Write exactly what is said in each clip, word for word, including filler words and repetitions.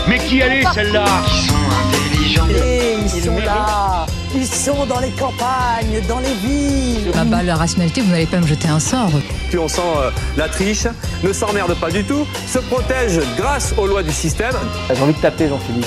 Mais qui elle est celle-là? Ils sont intelligents. Et ils sont là. Ils sont dans les campagnes, dans les villes. Ah bah la rationalité, vous n'allez pas me jeter un sort. Puis on sent euh, la triche, ne s'emmerde pas du tout, se protège grâce aux lois du système. J'ai envie de taper Jean-Philippe.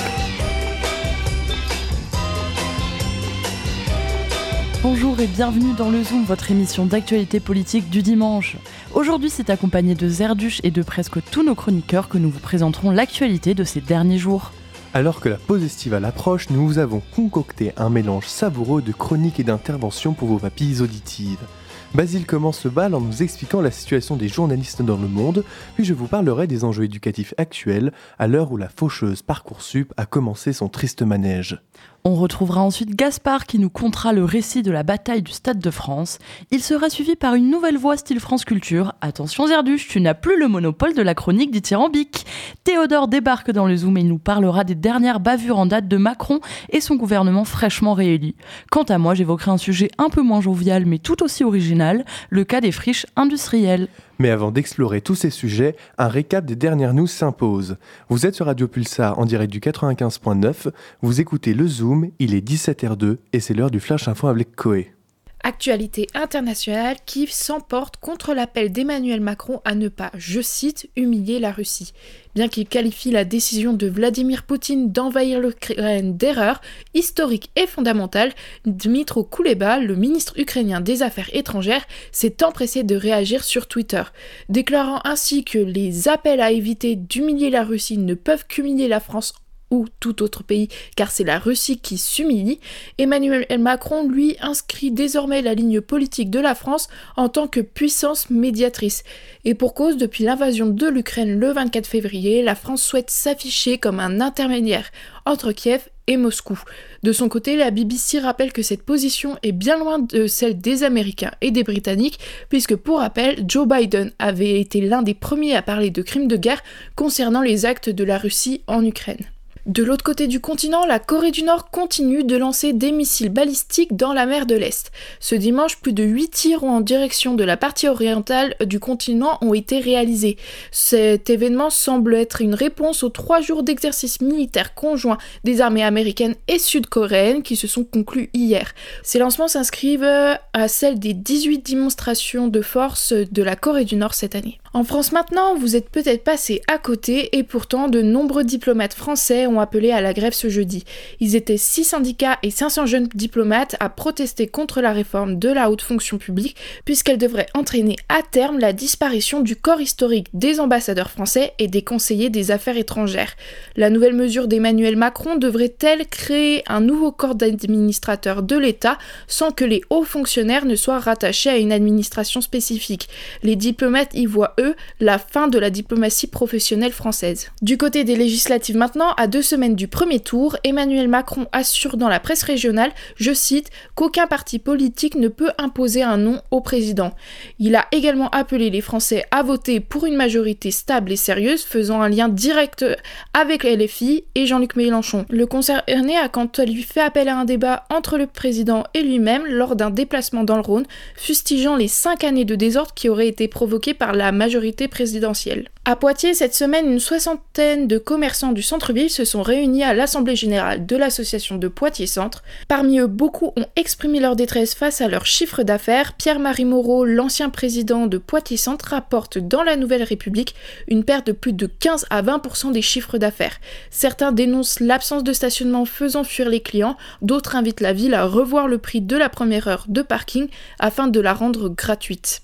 Bonjour et bienvenue dans le Zoom, votre émission d'actualité politique du dimanche. Aujourd'hui, c'est accompagné de Zerduche et de presque tous nos chroniqueurs que nous vous présenterons l'actualité de ces derniers jours. Alors que la pause estivale approche, nous vous avons concocté un mélange savoureux de chroniques et d'interventions pour vos papilles auditives. Basile commence le bal en nous expliquant la situation des journalistes dans le monde, puis je vous parlerai des enjeux éducatifs actuels à l'heure où la faucheuse Parcoursup a commencé son triste manège. On retrouvera ensuite Gaspard qui nous contera le récit de la bataille du Stade de France. Il sera suivi par une nouvelle voix style France Culture. Attention Zerduche, tu n'as plus le monopole de la chronique dithyrambique. Théodore débarque dans le Zoom et il nous parlera des dernières bavures en date de Macron et son gouvernement fraîchement réélu. Quant à moi, j'évoquerai un sujet un peu moins jovial mais tout aussi original, le cas des friches industrielles. Mais avant d'explorer tous ces sujets, un récap des dernières news s'impose. Vous êtes sur Radio Pulsar en direct du quatre-vingt-quinze point neuf, vous écoutez le Zoom, il est dix-sept heures deux et c'est l'heure du Flash Info avec Koé. Actualité internationale, Kiev s'emporte contre l'appel d'Emmanuel Macron à ne pas, je cite, humilier la Russie. Bien qu'il qualifie la décision de Vladimir Poutine d'envahir l'Ukraine d'erreur historique et fondamentale, Dmytro Kuleba, le ministre ukrainien des Affaires étrangères, s'est empressé de réagir sur Twitter, déclarant ainsi que les appels à éviter d'humilier la Russie ne peuvent qu'humilier la France ou tout autre pays, car c'est la Russie qui s'humilie. Emmanuel Macron, lui, inscrit désormais la ligne politique de la France en tant que puissance médiatrice. Et pour cause, depuis l'invasion de l'Ukraine le vingt-quatre février, la France souhaite s'afficher comme un intermédiaire entre Kiev et Moscou. De son côté, la B B C rappelle que cette position est bien loin de celle des Américains et des Britanniques, puisque pour rappel, Joe Biden avait été l'un des premiers à parler de crimes de guerre concernant les actes de la Russie en Ukraine. De l'autre côté du continent, la Corée du Nord continue de lancer des missiles balistiques dans la mer de l'Est. Ce dimanche, plus de huit tirs en direction de la partie orientale du continent ont été réalisés. Cet événement semble être une réponse aux trois jours d'exercices militaires conjoints des armées américaines et sud-coréennes qui se sont conclus hier. Ces lancements s'inscrivent à celle des dix-huit démonstrations de force de la Corée du Nord cette année. En France maintenant, vous êtes peut-être passé à côté et pourtant de nombreux diplomates français ont appelé à la grève ce jeudi. Ils étaient six syndicats et cinq cents jeunes diplomates à protester contre la réforme de la haute fonction publique puisqu'elle devrait entraîner à terme la disparition du corps historique des ambassadeurs français et des conseillers des affaires étrangères. La nouvelle mesure d'Emmanuel Macron devrait-elle créer un nouveau corps d'administrateurs de l'État sans que les hauts fonctionnaires ne soient rattachés à une administration spécifique? Les diplomates y voient, eux, la fin de la diplomatie professionnelle française. Du côté des législatives maintenant, à deux semaines du premier tour, Emmanuel Macron assure dans la presse régionale, je cite, qu'aucun parti politique ne peut imposer un nom au président. Il a également appelé les Français à voter pour une majorité stable et sérieuse, faisant un lien direct avec L F I et Jean-Luc Mélenchon. Le concerné a quant à lui fait appel à un débat entre le président et lui-même lors d'un déplacement dans le Rhône, fustigeant les cinq années de désordre qui auraient été provoquées par la majorité présidentielle. À Poitiers, cette semaine, une soixantaine de commerçants du centre-ville se sont réunis à l'Assemblée Générale de l'association de Poitiers-Centre. Parmi eux, beaucoup ont exprimé leur détresse face à leur chiffre d'affaires. Pierre-Marie Moreau, l'ancien président de Poitiers-Centre, rapporte dans la Nouvelle République une perte de plus de quinze à vingt pour cent des chiffres d'affaires. Certains dénoncent l'absence de stationnement faisant fuir les clients, d'autres invitent la ville à revoir le prix de la première heure de parking afin de la rendre gratuite.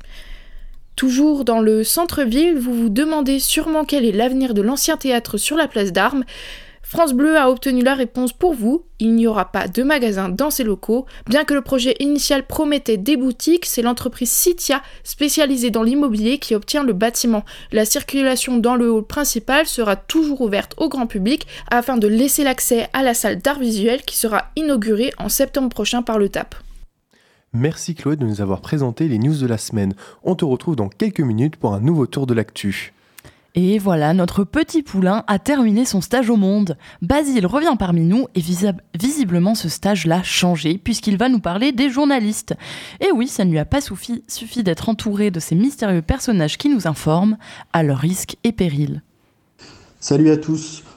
Toujours dans le centre-ville, vous vous demandez sûrement quel est l'avenir de l'ancien théâtre sur la place d'Armes. France Bleu a obtenu la réponse pour vous, il n'y aura pas de magasin dans ces locaux. Bien que le projet initial promettait des boutiques, c'est l'entreprise Citia, spécialisée dans l'immobilier, qui obtient le bâtiment. La circulation dans le hall principal sera toujours ouverte au grand public afin de laisser l'accès à la salle d'art visuel qui sera inaugurée en septembre prochain par le T A P. Merci Chloé de nous avoir présenté les news de la semaine. On te retrouve dans quelques minutes pour un nouveau tour de l'actu. Et voilà, notre petit poulain a terminé son stage au Monde. Basile revient parmi nous et visi- visiblement ce stage l'a changé puisqu'il va nous parler des journalistes. Et oui, ça ne lui a pas suffi, suffi d'être entouré de ces mystérieux personnages qui nous informent à leur risque et péril. Salut à tous.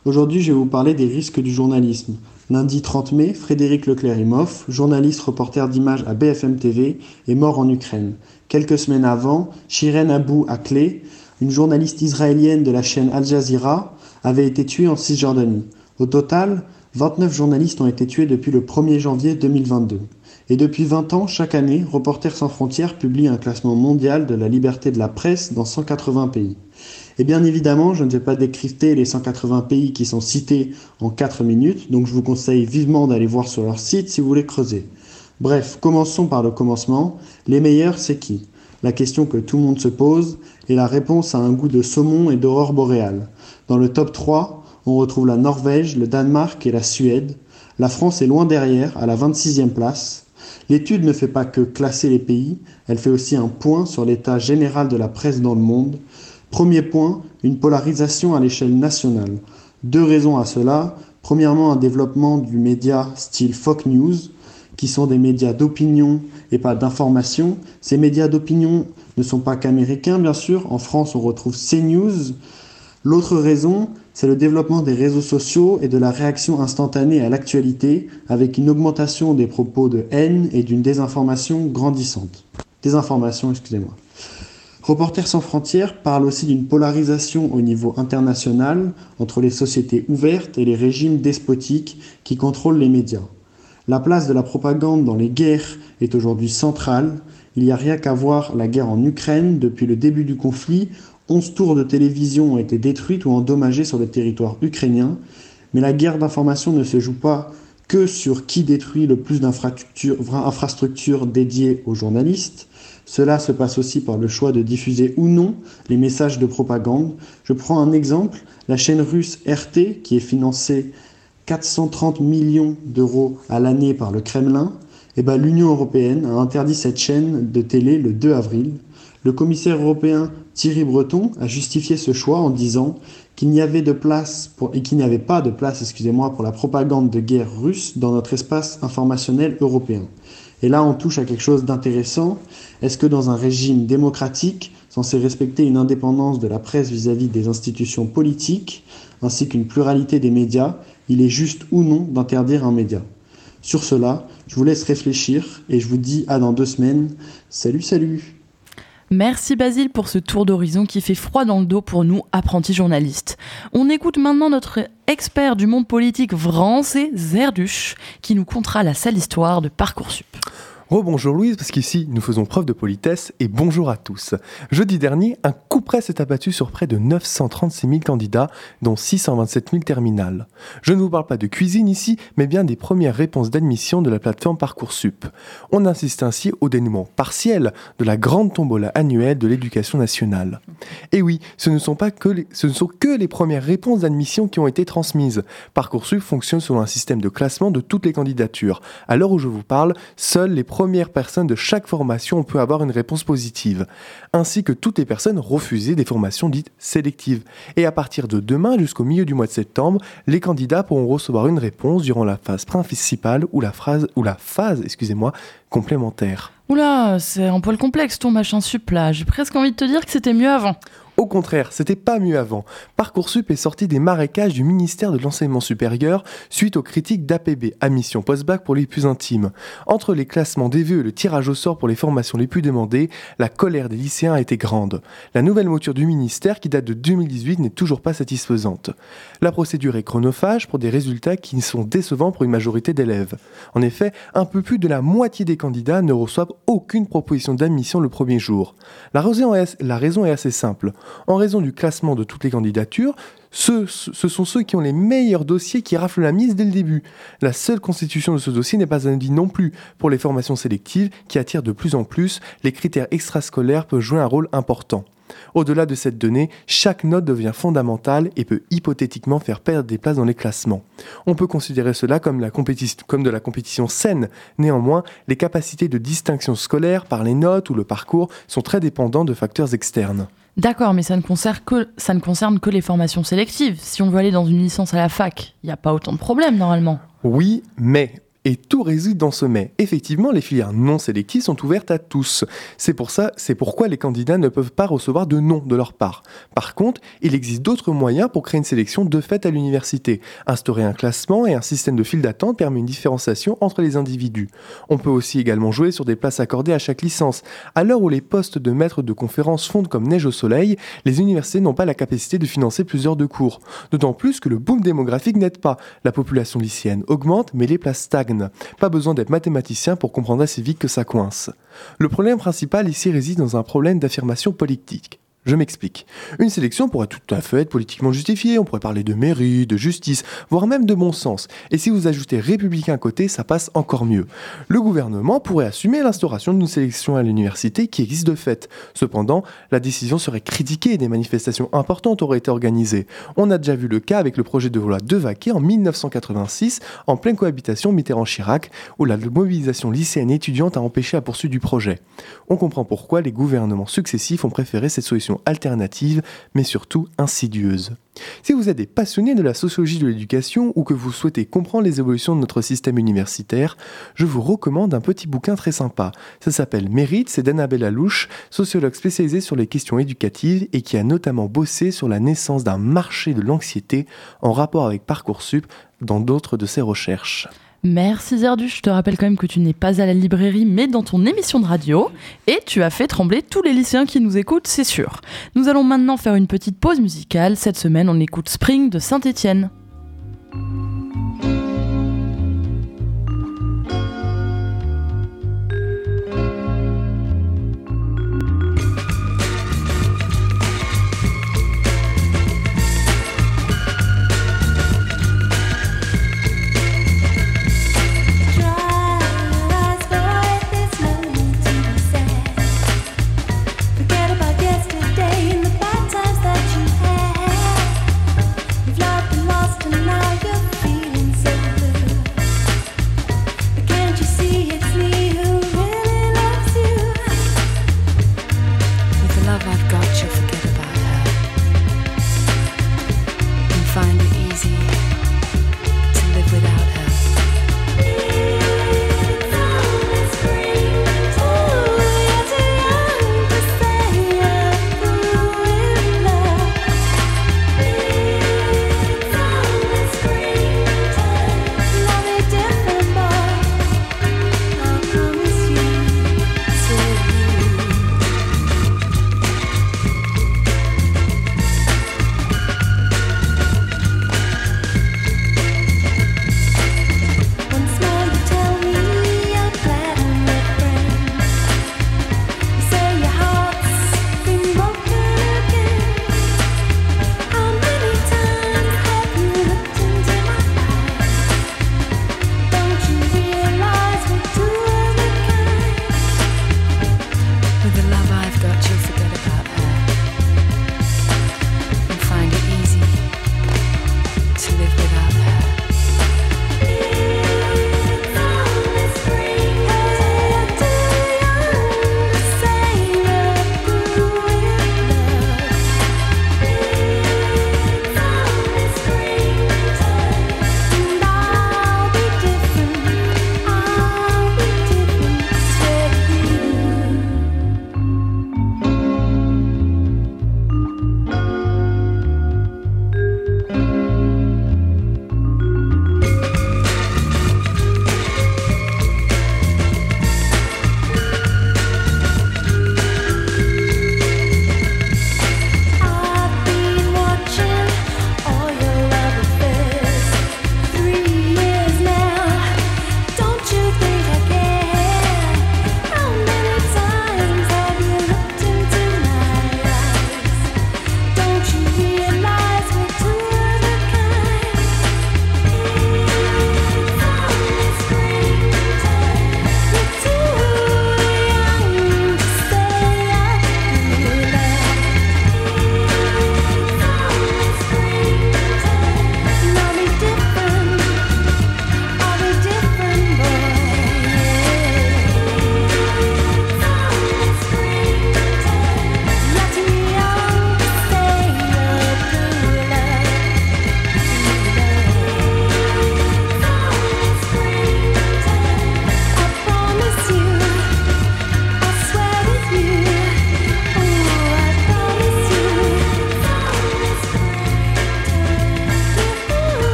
Aujourd'hui, je vais vous parler des risques du journalisme. Lundi trente mai, Frédéric Leclerc-Imhoff, journaliste reporter d'images à B F M T V, est mort en Ukraine. Quelques semaines avant, Shirin Abu Akleh, une journaliste israélienne de la chaîne Al Jazeera, avait été tuée en Cisjordanie. Au total, vingt-neuf journalistes ont été tués depuis le premier janvier deux mille vingt-deux. Et depuis vingt ans, chaque année, Reporters sans frontières publie un classement mondial de la liberté de la presse dans cent quatre-vingts pays. Et bien évidemment, je ne vais pas décrypter les cent quatre-vingts pays qui sont cités en quatre minutes, donc je vous conseille vivement d'aller voir sur leur site si vous voulez creuser. Bref, commençons par le commencement. Les meilleurs, c'est qui ? La question que tout le monde se pose, et la réponse a un goût de saumon et d'aurore boréale. Dans le top trois, on retrouve la Norvège, le Danemark et la Suède. La France est loin derrière, à la vingt-sixième place. L'étude ne fait pas que classer les pays, elle fait aussi un point sur l'état général de la presse dans le monde. Premier point, une polarisation à l'échelle nationale. Deux raisons à cela. Premièrement, un développement du média style Fox News, qui sont des médias d'opinion et pas d'information. Ces médias d'opinion ne sont pas qu'américains, bien sûr. En France, on retrouve CNews. L'autre raison, c'est le développement des réseaux sociaux et de la réaction instantanée à l'actualité, avec une augmentation des propos de haine et d'une désinformation grandissante. Désinformation, excusez-moi. Reporters sans frontières parle aussi d'une polarisation au niveau international entre les sociétés ouvertes et les régimes despotiques qui contrôlent les médias. La place de la propagande dans les guerres est aujourd'hui centrale. Il n'y a rien qu'à voir la guerre en Ukraine. Depuis le début du conflit, onze tours de télévision ont été détruites ou endommagées sur le territoire ukrainien. Mais la guerre d'information ne se joue pas que sur qui détruit le plus d'infrastructures, infrastructures dédiées aux journalistes. Cela se passe aussi par le choix de diffuser ou non les messages de propagande. Je prends un exemple, la chaîne russe R T, qui est financée quatre cent trente millions d'euros à l'année par le Kremlin, et ben l'Union européenne a interdit cette chaîne de télé le deux avril. Le commissaire européen Thierry Breton a justifié ce choix en disant qu'il n'y avait de place pour, et qu'il n'y avait pas de place, excusez-moi, pour la propagande de guerre russe dans notre espace informationnel européen. Et là, on touche à quelque chose d'intéressant. Est-ce que dans un régime démocratique, censé respecter une indépendance de la presse vis-à-vis des institutions politiques, ainsi qu'une pluralité des médias, il est juste ou non d'interdire un média ? Sur cela, je vous laisse réfléchir et je vous dis à dans deux semaines. Salut, salut! Merci Basile pour ce tour d'horizon qui fait froid dans le dos pour nous, apprentis journalistes. On écoute maintenant notre expert du monde politique français, Zerduche, qui nous contera la sale histoire de Parcoursup. Rebonjour Louise, parce qu'ici nous faisons preuve de politesse et bonjour à tous. Jeudi dernier, un coup près s'est abattu sur près de neuf cent trente-six mille candidats, dont six cent vingt-sept mille terminales. Je ne vous parle pas de cuisine ici, mais bien des premières réponses d'admission de la plateforme Parcoursup. On insiste ainsi au dénouement partiel de la grande tombola annuelle de l'éducation nationale. Et oui, ce ne sont pas que les, ce ne sont que les premières réponses d'admission qui ont été transmises. Parcoursup fonctionne selon un système de classement de toutes les candidatures. À l'heure où je vous parle, seules les première personne de chaque formation peut avoir une réponse positive, ainsi que toutes les personnes refusées des formations dites sélectives. Et à partir de demain jusqu'au milieu du mois de septembre, les candidats pourront recevoir une réponse durant la phase principale ou la, phrase, ou la phase excusez-moi, complémentaire. Oula, c'est un poil complexe ton machin sup là, j'ai presque envie de te dire que c'était mieux avant. Au contraire, c'était pas mieux avant. Parcoursup est sorti des marécages du ministère de l'Enseignement supérieur suite aux critiques d'A P B, admission post-bac pour les plus intimes. Entre les classements des vœux et le tirage au sort pour les formations les plus demandées, la colère des lycéens a été grande. La nouvelle mouture du ministère, qui date de deux mille dix-huit, n'est toujours pas satisfaisante. La procédure est chronophage pour des résultats qui sont décevants pour une majorité d'élèves. En effet, un peu plus de la moitié des candidats ne reçoivent aucune proposition d'admission le premier jour. La raison est, la raison est assez simple. En raison du classement de toutes les candidatures, ce, ce sont ceux qui ont les meilleurs dossiers qui raflent la mise dès le début. La seule constitution de ce dossier n'est pas anodine non plus. Pour les formations sélectives qui attirent de plus en plus, les critères extrascolaires peuvent jouer un rôle important. Au-delà de cette donnée, chaque note devient fondamentale et peut hypothétiquement faire perdre des places dans les classements. On peut considérer cela comme, la compéti- comme de la compétition saine. Néanmoins, les capacités de distinction scolaire par les notes ou le parcours sont très dépendantes de facteurs externes. D'accord, mais ça ne concerne que, ça ne concerne que les formations sélectives. Si on veut aller dans une licence à la fac, il n'y a pas autant de problèmes normalement. Oui, mais Et tout réside dans ce mais. Effectivement, les filières non sélectives sont ouvertes à tous. C'est pour ça, c'est pourquoi les candidats ne peuvent pas recevoir de non de leur part. Par contre, il existe d'autres moyens pour créer une sélection de fait à l'université. Instaurer un classement et un système de file d'attente permet une différenciation entre les individus. On peut aussi également jouer sur des places accordées à chaque licence. À l'heure où les postes de maîtres de conférences fondent comme neige au soleil, les universités n'ont pas la capacité de financer plusieurs de cours. D'autant plus que le boom démographique n'aide pas. La population lycéenne augmente, mais les places stagnent. Pas besoin d'être mathématicien pour comprendre assez vite que ça coince. Le problème principal ici réside dans un problème d'affirmation politique. Je m'explique. Une sélection pourrait tout à fait être politiquement justifiée, on pourrait parler de mérite, de justice, voire même de bon sens. Et si vous ajoutez républicain à côté, ça passe encore mieux. Le gouvernement pourrait assumer l'instauration d'une sélection à l'université qui existe de fait. Cependant, la décision serait critiquée et des manifestations importantes auraient été organisées. On a déjà vu le cas avec le projet de loi Devaquet en dix-neuf cent quatre-vingt-six, en pleine cohabitation Mitterrand-Chirac, où la mobilisation lycéenne et étudiante a empêché la poursuite du projet. On comprend pourquoi les gouvernements successifs ont préféré cette solution alternative, mais surtout insidieuse. Si vous êtes des passionnés de la sociologie de l'éducation ou que vous souhaitez comprendre les évolutions de notre système universitaire, je vous recommande un petit bouquin très sympa. Ça s'appelle Mérite, c'est d'Annabelle Alouche, sociologue spécialisée sur les questions éducatives et qui a notamment bossé sur la naissance d'un marché de l'anxiété en rapport avec Parcoursup dans d'autres de ses recherches. Merci Zerduche, je te rappelle quand même que tu n'es pas à la librairie mais dans ton émission de radio et tu as fait trembler tous les lycéens qui nous écoutent, c'est sûr. Nous allons maintenant faire une petite pause musicale. Cette semaine, on écoute Spring de Saint-Étienne. Yesterday and the bad times that you had, you've loved and lost and now you're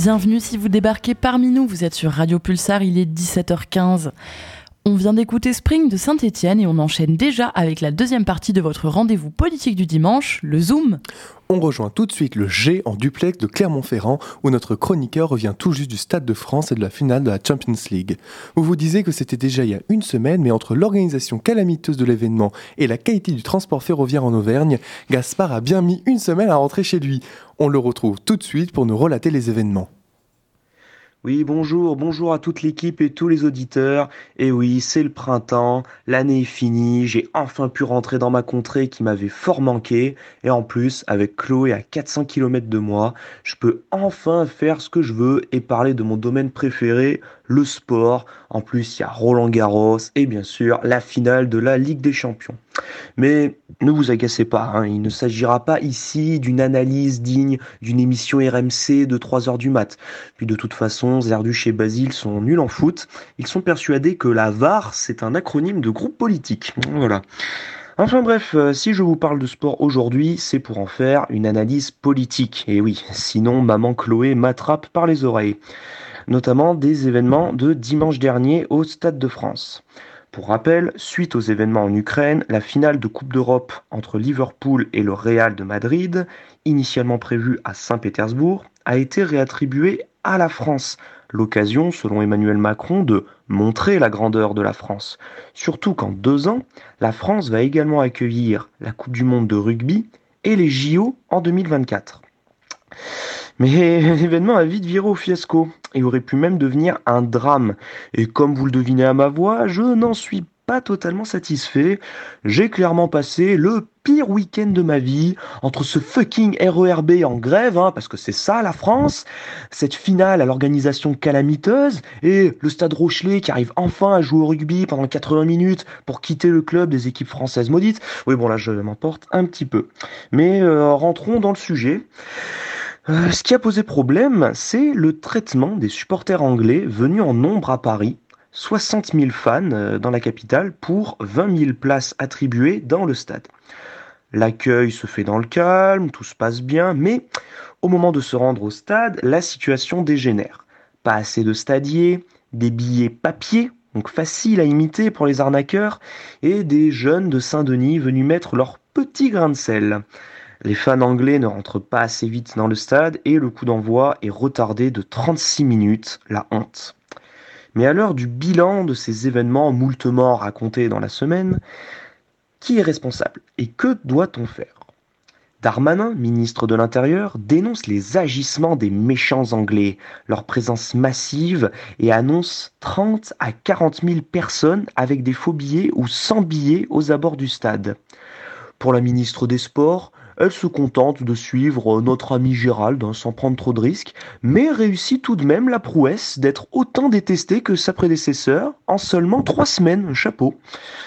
Bienvenue si vous débarquez parmi nous, vous êtes sur Radio Pulsar, il est dix-sept heures quinze. On vient d'écouter Spring de Saint-Étienne et on enchaîne déjà avec la deuxième partie de votre rendez-vous politique du dimanche, le Zoom. On rejoint tout de suite le G en duplex de Clermont-Ferrand où notre chroniqueur revient tout juste du Stade de France et de la finale de la Champions League. Vous vous disiez que c'était déjà il y a une semaine, mais entre l'organisation calamiteuse de l'événement et la qualité du transport ferroviaire en Auvergne, Gaspard a bien mis une semaine à rentrer chez lui. On le retrouve tout de suite pour nous relater les événements. Oui, bonjour, bonjour à toute l'équipe et tous les auditeurs. Et oui, c'est le printemps, l'année est finie, j'ai enfin pu rentrer dans ma contrée qui m'avait fort manqué. Et en plus, avec Chloé à quatre cents kilomètres de moi, je peux enfin faire ce que je veux et parler de mon domaine préféré, le sport. En plus, il y a Roland Garros et bien sûr la finale de la Ligue des Champions. Mais ne vous agacez pas, hein, il ne s'agira pas ici d'une analyse digne d'une émission R M C de trois heures du mat. Puis de toute façon, Zerduch et Basile sont nuls en foot. Ils sont persuadés que la V A R, c'est un acronyme de groupe politique. Voilà. Enfin bref, euh, si je vous parle de sport aujourd'hui, c'est pour en faire une analyse politique. Et oui, sinon maman Chloé m'attrape par les oreilles. Notamment des événements de dimanche dernier au Stade de France. Pour rappel, suite aux événements en Ukraine, la finale de Coupe d'Europe entre Liverpool et le Real de Madrid, initialement prévue à Saint-Pétersbourg, a été réattribuée à la France. L'occasion, selon Emmanuel Macron, de montrer la grandeur de la France. Surtout qu'en deux ans, la France va également accueillir la Coupe du Monde de rugby et les J O en deux mille vingt-quatre. Mais l'événement a vite viré au fiasco et aurait pu même devenir un drame. Et comme vous le devinez à ma voix, je n'en suis pas totalement satisfait. J'ai clairement passé le pire week-end de ma vie entre ce fucking R E R B en grève, hein, parce que c'est ça la France, cette finale à l'organisation calamiteuse et le Stade Rochelet qui arrive enfin à jouer au rugby pendant quatre-vingts minutes pour quitter le club des équipes françaises maudites. Oui bon là je m'emporte un petit peu. Mais euh, rentrons dans le sujet. Euh, ce qui a posé problème, c'est le traitement des supporters anglais venus en nombre à Paris. soixante mille fans euh, dans la capitale pour vingt mille places attribuées dans le stade. L'accueil se fait dans le calme, tout se passe bien, mais au moment de se rendre au stade, la situation dégénère. Pas assez de stadiers, des billets papier, donc facile à imiter pour les arnaqueurs, et des jeunes de Saint-Denis venus mettre leur petit grain de sel. Les fans anglais ne rentrent pas assez vite dans le stade et le coup d'envoi est retardé de trente-six minutes, la honte. Mais à l'heure du bilan de ces événements moult morts racontés dans la semaine, qui est responsable et que doit-on faire ? Darmanin, ministre de l'Intérieur, dénonce les agissements des méchants Anglais, leur présence massive et annonce trente à quarante mille personnes avec des faux billets ou sans billets aux abords du stade. Pour la ministre des Sports, elle se contente de suivre notre ami Gérald sans prendre trop de risques, mais réussit tout de même la prouesse d'être autant détestée que sa prédécesseur en seulement trois semaines. Chapeau.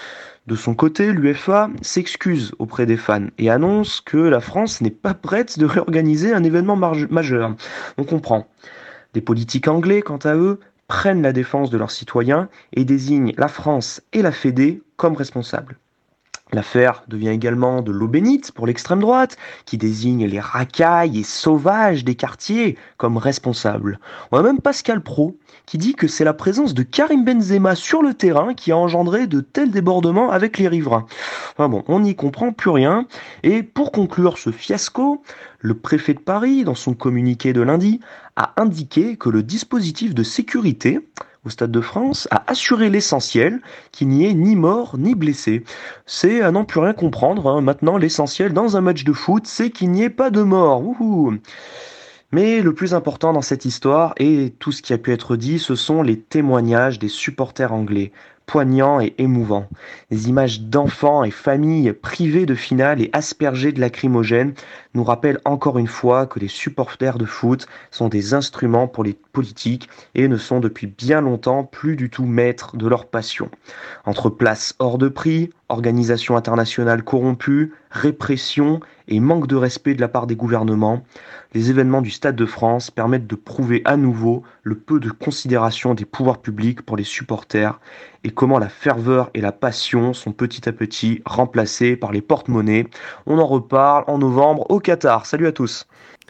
De son côté, l'U E F A s'excuse auprès des fans et annonce que la France n'est pas prête de réorganiser un événement majeur. On comprend. Les politiques anglais, quant à eux, prennent la défense de leurs citoyens et désignent la France et la Fédé comme responsables. L'affaire devient également de l'eau bénite pour l'extrême droite, qui désigne les racailles et sauvages des quartiers comme responsables. On a même Pascal Praud, qui dit que c'est la présence de Karim Benzema sur le terrain qui a engendré de tels débordements avec les riverains. Enfin bon, on n'y comprend plus rien. Et pour conclure ce fiasco, le préfet de Paris, dans son communiqué de lundi, a indiqué que le dispositif de sécurité au Stade de France a assuré l'essentiel, qu'il n'y ait ni mort ni blessé. C'est à n'en plus rien comprendre, hein. Maintenant l'essentiel dans un match de foot, c'est qu'il n'y ait pas de mort. Wouhou. Mais le plus important dans cette histoire, et tout ce qui a pu être dit, ce sont les témoignages des supporters anglais, poignants et émouvants. Les images d'enfants et familles privées de finale et aspergées de lacrymogènes nous rappellent encore une fois que les supporters de foot sont des instruments pour les politiques et ne sont depuis bien longtemps plus du tout maîtres de leur passion. Entre places hors de prix, organisations internationales corrompues, répression et manque de respect de la part des gouvernements, les événements du Stade de France permettent de prouver à nouveau le peu de considération des pouvoirs publics pour les supporters et comment la ferveur et la passion sont petit à petit remplacées par les porte-monnaies. On en reparle en novembre au Qatar. Salut à tous.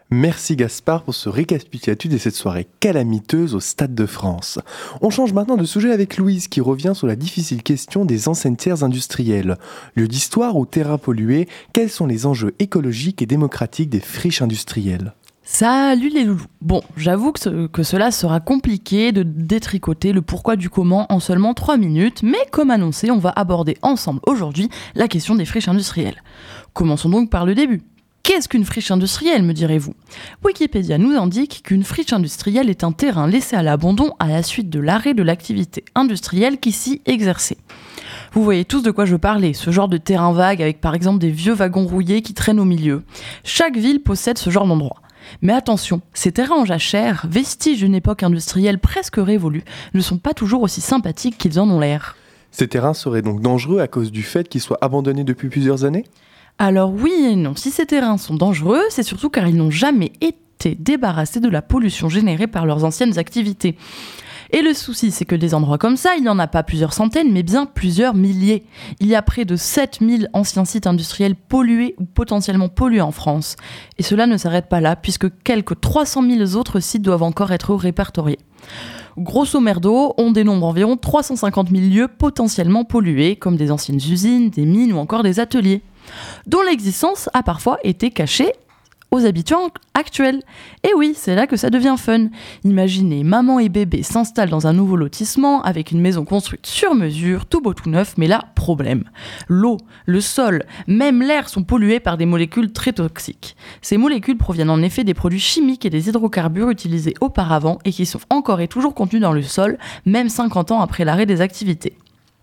Merci Gaspard pour ce récapitulatif de cette soirée calamiteuse au Stade de France. On change maintenant de sujet avec Louise qui revient sur la difficile question des anciennes terres industrielles. Lieu d'histoire ou terrain pollué, quels sont les enjeux écologiques et démocratiques des friches industrielles ? Salut les loulous. Bon, j'avoue que, ce, que cela sera compliqué de détricoter le pourquoi du comment en seulement trois minutes, mais comme annoncé, on va aborder ensemble aujourd'hui la question des friches industrielles. Commençons donc par le début. Qu'est-ce qu'une friche industrielle, me direz-vous ? Wikipédia nous indique qu'une friche industrielle est un terrain laissé à l'abandon à la suite de l'arrêt de l'activité industrielle qui s'y exerçait. Vous voyez tous de quoi je parlais, ce genre de terrain vague avec par exemple des vieux wagons rouillés qui traînent au milieu. Chaque ville possède ce genre d'endroit. Mais attention, ces terrains en jachère, vestiges d'une époque industrielle presque révolue, ne sont pas toujours aussi sympathiques qu'ils en ont l'air. Ces terrains seraient donc dangereux à cause du fait qu'ils soient abandonnés depuis plusieurs années ? Alors oui et non, si ces terrains sont dangereux, c'est surtout car ils n'ont jamais été débarrassés de la pollution générée par leurs anciennes activités. Et le souci, c'est que des endroits comme ça, il n'y en a pas plusieurs centaines, mais bien plusieurs milliers. Il y a près de sept mille anciens sites industriels pollués ou potentiellement pollués en France. Et cela ne s'arrête pas là, puisque quelques trois cent mille autres sites doivent encore être répertoriés. Grosso merdo, on dénombre environ trois cent cinquante mille lieux potentiellement pollués, comme des anciennes usines, des mines ou encore des ateliers, dont l'existence a parfois été cachée aux habitants actuels. Et oui, c'est là que ça devient fun. Imaginez, maman et bébé s'installent dans un nouveau lotissement avec une maison construite sur mesure, tout beau tout neuf, mais là, problème. L'eau, le sol, même l'air sont pollués par des molécules très toxiques. Ces molécules proviennent en effet des produits chimiques et des hydrocarbures utilisés auparavant et qui sont encore et toujours contenus dans le sol, même cinquante ans après l'arrêt des activités.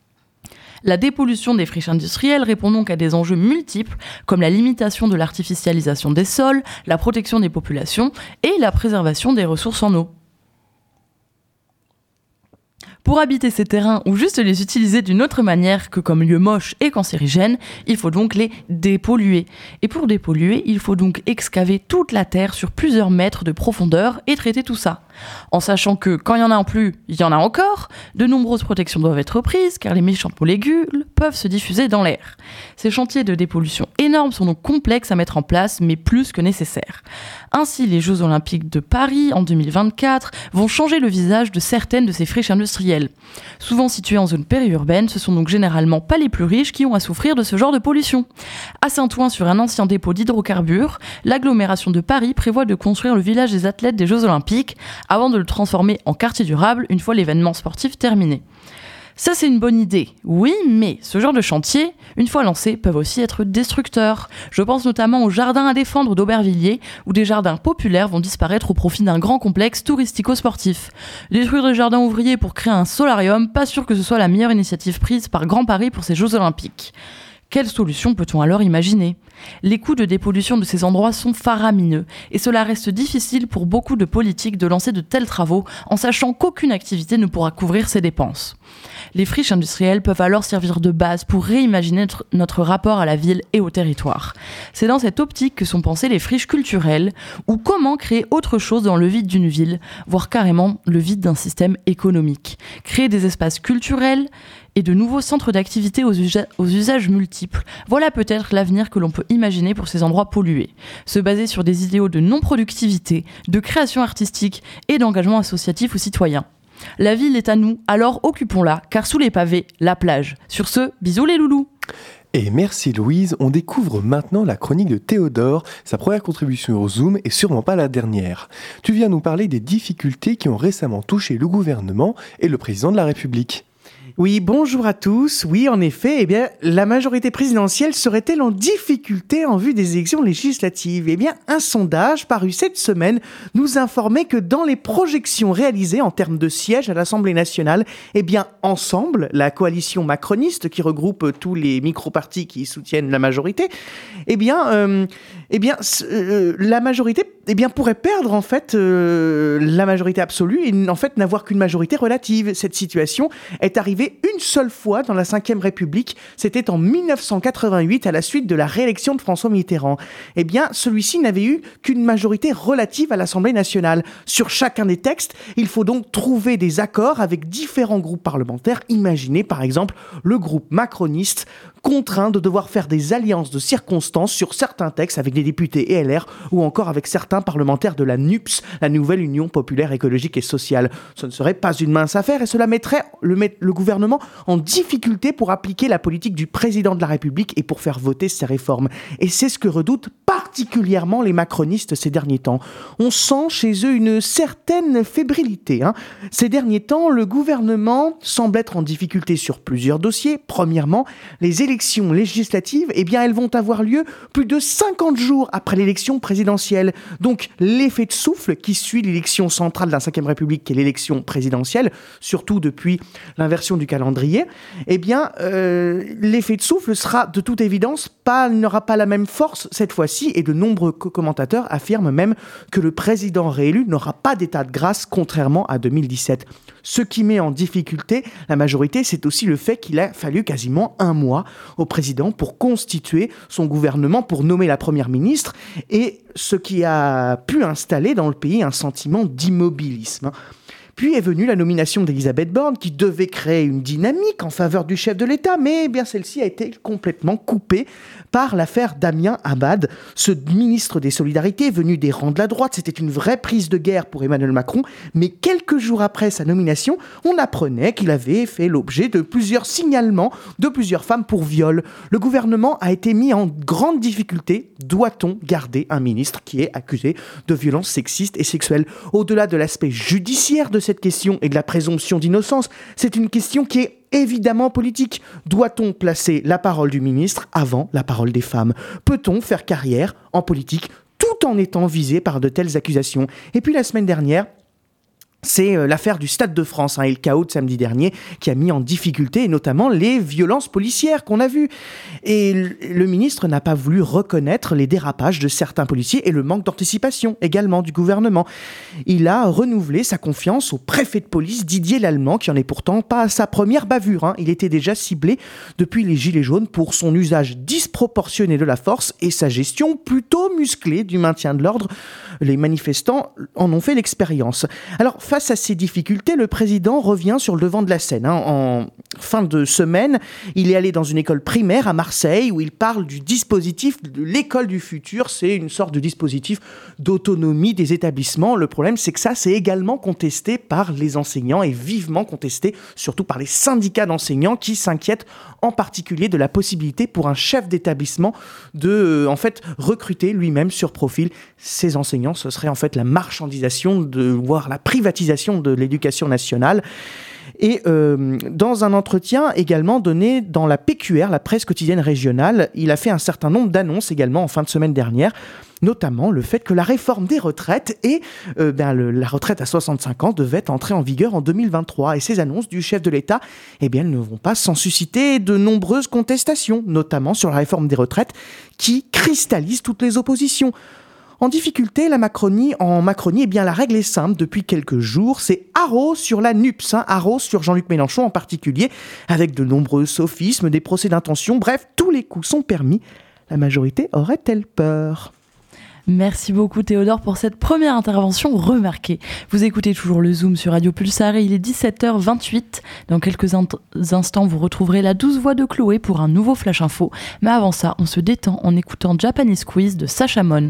La dépollution des friches industrielles répond donc à des enjeux multiples, comme la limitation de l'artificialisation des sols, la protection des populations et la préservation des ressources en eau. Pour habiter ces terrains ou juste les utiliser d'une autre manière que comme lieux moches et cancérigènes, il faut donc les dépolluer. Et pour dépolluer, il faut donc excaver toute la terre sur plusieurs mètres de profondeur et traiter tout ça. En sachant que quand il y en a en plus, il y en a encore, de nombreuses protections doivent être prises car les méchantes molécules peuvent se diffuser dans l'air. Ces chantiers de dépollution énormes sont donc complexes à mettre en place, mais plus que nécessaires. Ainsi, les Jeux Olympiques de Paris en deux mille vingt-quatre vont changer le visage de certaines de ces friches industrielles. Souvent situées en zone périurbaine, ce sont donc généralement pas les plus riches qui ont à souffrir de ce genre de pollution. À Saint-Ouen, sur un ancien dépôt d'hydrocarbures, l'agglomération de Paris prévoit de construire le village des athlètes des Jeux Olympiques avant de le transformer en quartier durable une fois l'événement sportif terminé. Ça, c'est une bonne idée, oui, mais ce genre de chantier, une fois lancés, peuvent aussi être destructeurs. Je pense notamment aux jardins à défendre d'Aubervilliers, où des jardins populaires vont disparaître au profit d'un grand complexe touristico-sportif. Détruire des jardins ouvriers pour créer un solarium, pas sûr que ce soit la meilleure initiative prise par Grand Paris pour ces Jeux Olympiques. Quelle solution peut-on alors imaginer ? Les coûts de dépollution de ces endroits sont faramineux et cela reste difficile pour beaucoup de politiques de lancer de tels travaux en sachant qu'aucune activité ne pourra couvrir ces dépenses. Les friches industrielles peuvent alors servir de base pour réimaginer notre, notre rapport à la ville et au territoire. C'est dans cette optique que sont pensées les friches culturelles ou comment créer autre chose dans le vide d'une ville, voire carrément le vide d'un système économique. Créer des espaces culturels et de nouveaux centres d'activité aux, usa- aux usages multiples. Voilà peut-être l'avenir que l'on peut imaginer pour ces endroits pollués. Se baser sur des idéaux de non-productivité, de création artistique et d'engagement associatif ou citoyen. La ville est à nous, alors occupons-la, car sous les pavés, la plage. Sur ce, bisous les loulous. Et merci Louise, on découvre maintenant la chronique de Théodore, sa première contribution au Zoom et sûrement pas la dernière. Tu viens nous parler des difficultés qui ont récemment touché le gouvernement et le président de la République. Oui, bonjour à tous. Oui, en effet, eh bien, la majorité présidentielle serait-elle en difficulté en vue des élections législatives ? Eh bien, un sondage paru cette semaine nous informait que dans les projections réalisées en termes de sièges à l'Assemblée nationale, eh bien, ensemble, la coalition macroniste qui regroupe tous les micro-partis qui soutiennent la majorité, eh bien, euh, eh bien, euh, la majorité, eh bien, pourrait perdre en fait euh, la majorité absolue et en fait n'avoir qu'une majorité relative. Cette situation est arrivée arrivé une seule fois dans la cinquième République, c'était en mille neuf cent quatre-vingt-huit à la suite de la réélection de François Mitterrand. Eh bien, celui-ci n'avait eu qu'une majorité relative à l'Assemblée nationale. Sur chacun des textes, il faut donc trouver des accords avec différents groupes parlementaires. Imaginez par exemple le groupe macroniste contraint de devoir faire des alliances de circonstances sur certains textes avec des députés et L R ou encore avec certains parlementaires de la N U P S, la Nouvelle Union Populaire Écologique et Sociale. Ce ne serait pas une mince affaire et cela mettrait le, le gouvernement en difficulté pour appliquer la politique du président de la République et pour faire voter ses réformes. Et c'est ce que redoutent particulièrement les macronistes ces derniers temps. On sent chez eux une certaine fébrilité. Hein. Ces derniers temps, le gouvernement semble être en difficulté sur plusieurs dossiers. Premièrement, les élections élections législatives, eh bien, elles vont avoir lieu plus de cinquante jours après l'élection présidentielle. Donc, l'effet de souffle qui suit l'élection centrale de la cinquième République, qui est l'élection présidentielle, surtout depuis l'inversion du calendrier, eh bien, euh, l'effet de souffle sera de toute évidence pas, n'aura pas la même force cette fois-ci, et de nombreux commentateurs affirment même que le président réélu n'aura pas d'état de grâce, contrairement à deux mille dix-sept. Ce qui met en difficulté la majorité, c'est aussi le fait qu'il a fallu quasiment un mois au président pour constituer son gouvernement, pour nommer la première ministre, et ce qui a pu installer dans le pays un sentiment d'immobilisme. Puis est venue la nomination d'Elisabeth Borne, qui devait créer une dynamique en faveur du chef de l'État, mais eh bien celle-ci a été complètement coupée par l'affaire Damien Abad, ce ministre des Solidarités venu des rangs de la droite. C'était une vraie prise de guerre pour Emmanuel Macron, mais quelques jours après sa nomination, on apprenait qu'il avait fait l'objet de plusieurs signalements de plusieurs femmes pour viol. Le gouvernement a été mis en grande difficulté. Doit-on garder un ministre qui est accusé de violences sexistes et sexuelles ? Au-delà de l'aspect judiciaire de cette question et de la présomption d'innocence, c'est une question qui est évidemment politique. Doit-on placer la parole du ministre avant la parole des femmes ? Peut-on faire carrière en politique tout en étant visé par de telles accusations ? Et puis la semaine dernière, c'est euh, l'affaire du Stade de France hein, et le chaos de samedi dernier qui a mis en difficulté notamment les violences policières qu'on a vues. Et le, le ministre n'a pas voulu reconnaître les dérapages de certains policiers et le manque d'anticipation également du gouvernement. Il a renouvelé sa confiance au préfet de police Didier Lallemand, qui en est pourtant pas à sa première bavure. Hein. Il était déjà ciblé depuis les Gilets jaunes pour son usage disproportionné de la force et sa gestion plutôt musclée du maintien de l'ordre. Les manifestants en ont fait l'expérience. Alors, face à ces difficultés, le président revient sur le devant de la scène. Hein. En fin de semaine, il est allé dans une école primaire à Marseille où il parle du dispositif de l'école du futur. C'est une sorte de dispositif d'autonomie des établissements. Le problème, c'est que ça, c'est également contesté par les enseignants et vivement contesté, surtout par les syndicats d'enseignants qui s'inquiètent en particulier de la possibilité pour un chef d'établissement de, euh, en fait, recruter lui-même sur profil ses enseignants. Ce serait en fait la marchandisation, de, voire la privatisation de l'éducation nationale. Et euh, dans un entretien également donné dans la P Q R, la presse quotidienne régionale, il a fait un certain nombre d'annonces également en fin de semaine dernière, notamment le fait que la réforme des retraites et euh, ben, le, la retraite à soixante-cinq ans devait entrer en vigueur en deux mille vingt-trois. Et ces annonces du chef de l'État, eh bien, elles ne vont pas sans susciter de nombreuses contestations, notamment sur la réforme des retraites qui cristallise toutes les oppositions. En difficulté, la Macronie, en Macronie, eh bien, la règle est simple depuis quelques jours, c'est haro sur la N U P S, hein, haro sur Jean-Luc Mélenchon en particulier, avec de nombreux sophismes, des procès d'intention, bref, tous les coups sont permis. La majorité aurait-elle peur ? Merci beaucoup Théodore pour cette première intervention remarquée. Vous écoutez toujours le Zoom sur Radio Pulsar et il est dix-sept heures vingt-huit. Dans quelques in- instants, vous retrouverez la douce voix de Chloé pour un nouveau Flash Info. Mais avant ça, on se détend en écoutant Japanese Quiz de Sacha Mon.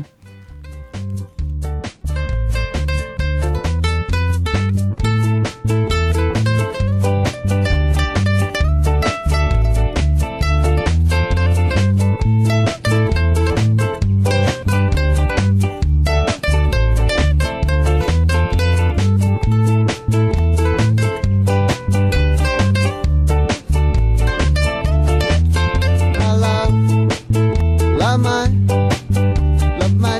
Love my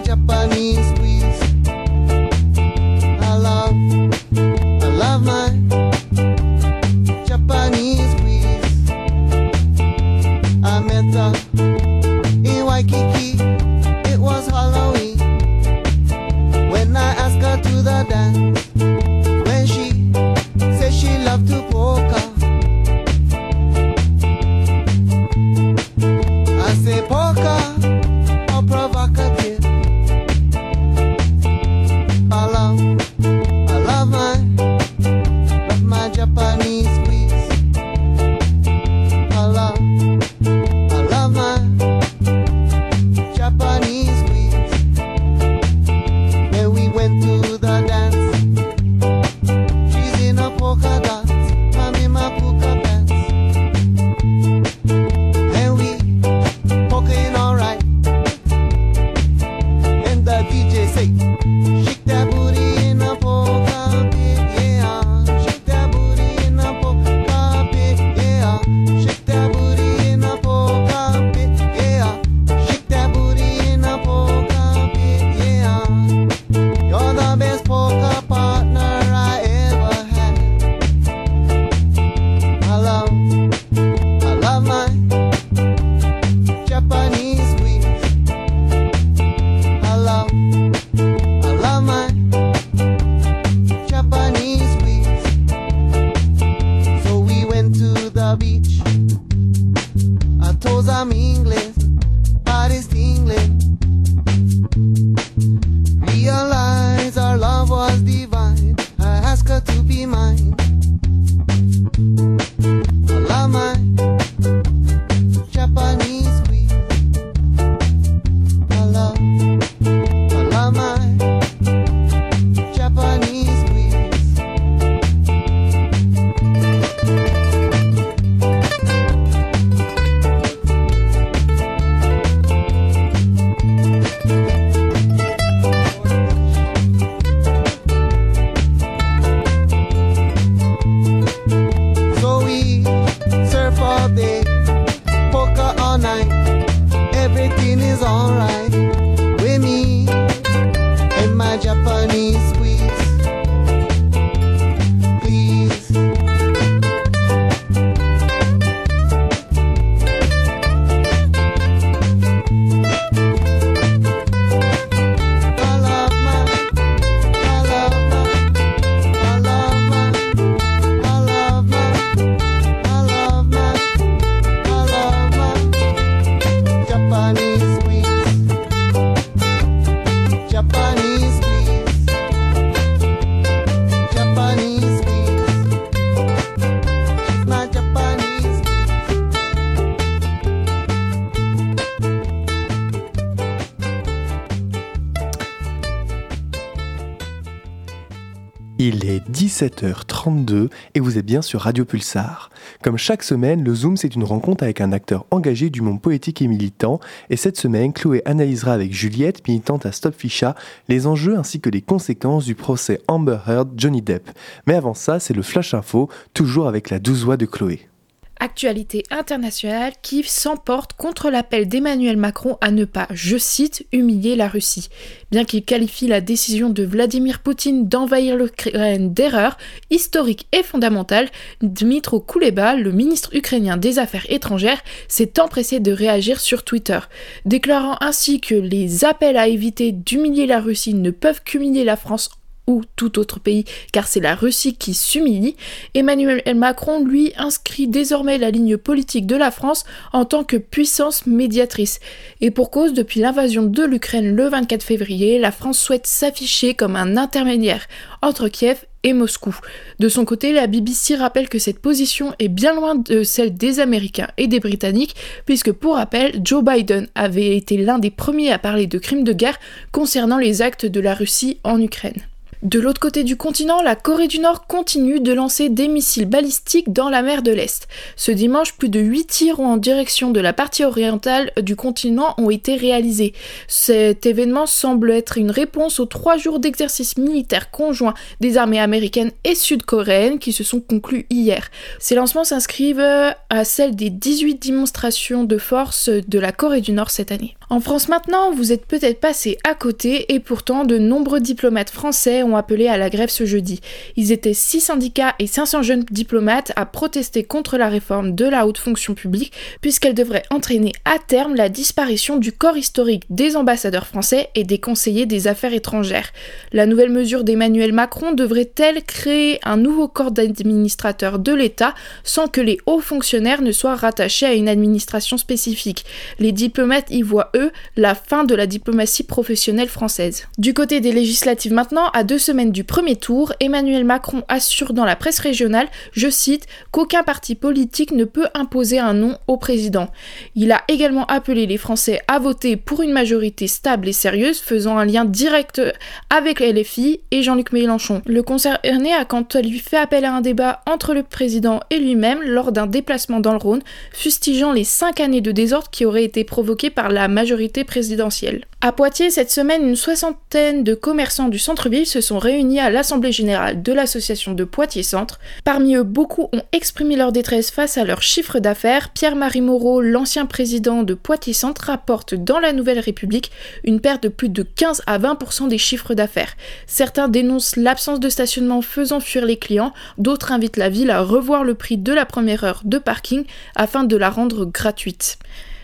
dix-sept heures trente-deux et vous êtes bien sur Radio Pulsar. Comme chaque semaine, le Zoom c'est une rencontre avec un acteur engagé du monde politique et militant et cette semaine, Chloé analysera avec Juliette, militante à Stop Ficha, les enjeux ainsi que les conséquences du procès Amber Heard Johnny Depp. Mais avant ça, c'est le Flash Info, toujours avec la douce voix de Chloé. Actualité internationale, Kiev s'emporte contre l'appel d'Emmanuel Macron à ne pas, je cite, humilier la Russie. Bien qu'il qualifie la décision de Vladimir Poutine d'envahir l'Ukraine d'erreur historique et fondamentale, Dmytro Kuleba, le ministre ukrainien des Affaires étrangères, s'est empressé de réagir sur Twitter, déclarant ainsi que les appels à éviter d'humilier la Russie ne peuvent qu'humilier la France ou tout autre pays, car c'est la Russie qui s'humilie. Emmanuel Macron, lui, inscrit désormais la ligne politique de la France en tant que puissance médiatrice. Et pour cause, depuis l'invasion de l'Ukraine le vingt-quatre février, la France souhaite s'afficher comme un intermédiaire entre Kiev et Moscou. De son côté, la B B C rappelle que cette position est bien loin de celle des Américains et des Britanniques, puisque pour rappel, Joe Biden avait été l'un des premiers à parler de crimes de guerre concernant les actes de la Russie en Ukraine. De l'autre côté du continent, la Corée du Nord continue de lancer des missiles balistiques dans la mer de l'Est. Ce dimanche, plus de huit tirs en direction de la partie orientale du continent ont été réalisés. Cet événement semble être une réponse aux trois jours d'exercices militaires conjoints des armées américaines et sud-coréennes qui se sont conclus hier. Ces lancements s'inscrivent à celles des dix-huit démonstrations de force de la Corée du Nord cette année. En France maintenant, vous êtes peut-être passé à côté et pourtant de nombreux diplomates français ont appelé à la grève ce jeudi. Ils étaient six syndicats et cinq cents jeunes diplomates à protester contre la réforme de la haute fonction publique puisqu'elle devrait entraîner à terme la disparition du corps historique des ambassadeurs français et des conseillers des affaires étrangères. La nouvelle mesure d'Emmanuel Macron devrait-elle créer un nouveau corps d'administrateurs de l'État sans que les hauts fonctionnaires ne soient rattachés à une administration spécifique. Les diplomates y voient, eux, la fin de la diplomatie professionnelle française. Du côté des législatives maintenant, à deux semaines du premier tour, Emmanuel Macron assure dans la presse régionale, je cite, qu'aucun parti politique ne peut imposer un nom au président. Il a également appelé les Français à voter pour une majorité stable et sérieuse, faisant un lien direct avec L F I et Jean-Luc Mélenchon. Le concerné a quant à lui fait appel à un débat entre le président et lui-même lors d'un déplacement dans le Rhône, fustigeant les cinq années de désordre qui auraient été provoquées par la majorité présidentielle. À Poitiers, cette semaine, une soixantaine de commerçants du centre-ville se sont réunis à l'Assemblée Générale de l'association de Poitiers-Centre. Parmi eux, beaucoup ont exprimé leur détresse face à leur chiffre d'affaires. Pierre-Marie Moreau, l'ancien président de Poitiers-Centre, rapporte dans la Nouvelle République une perte de plus de quinze à vingt pour cent des chiffres d'affaires. Certains dénoncent l'absence de stationnement faisant fuir les clients, d'autres invitent la ville à revoir le prix de la première heure de parking afin de la rendre gratuite.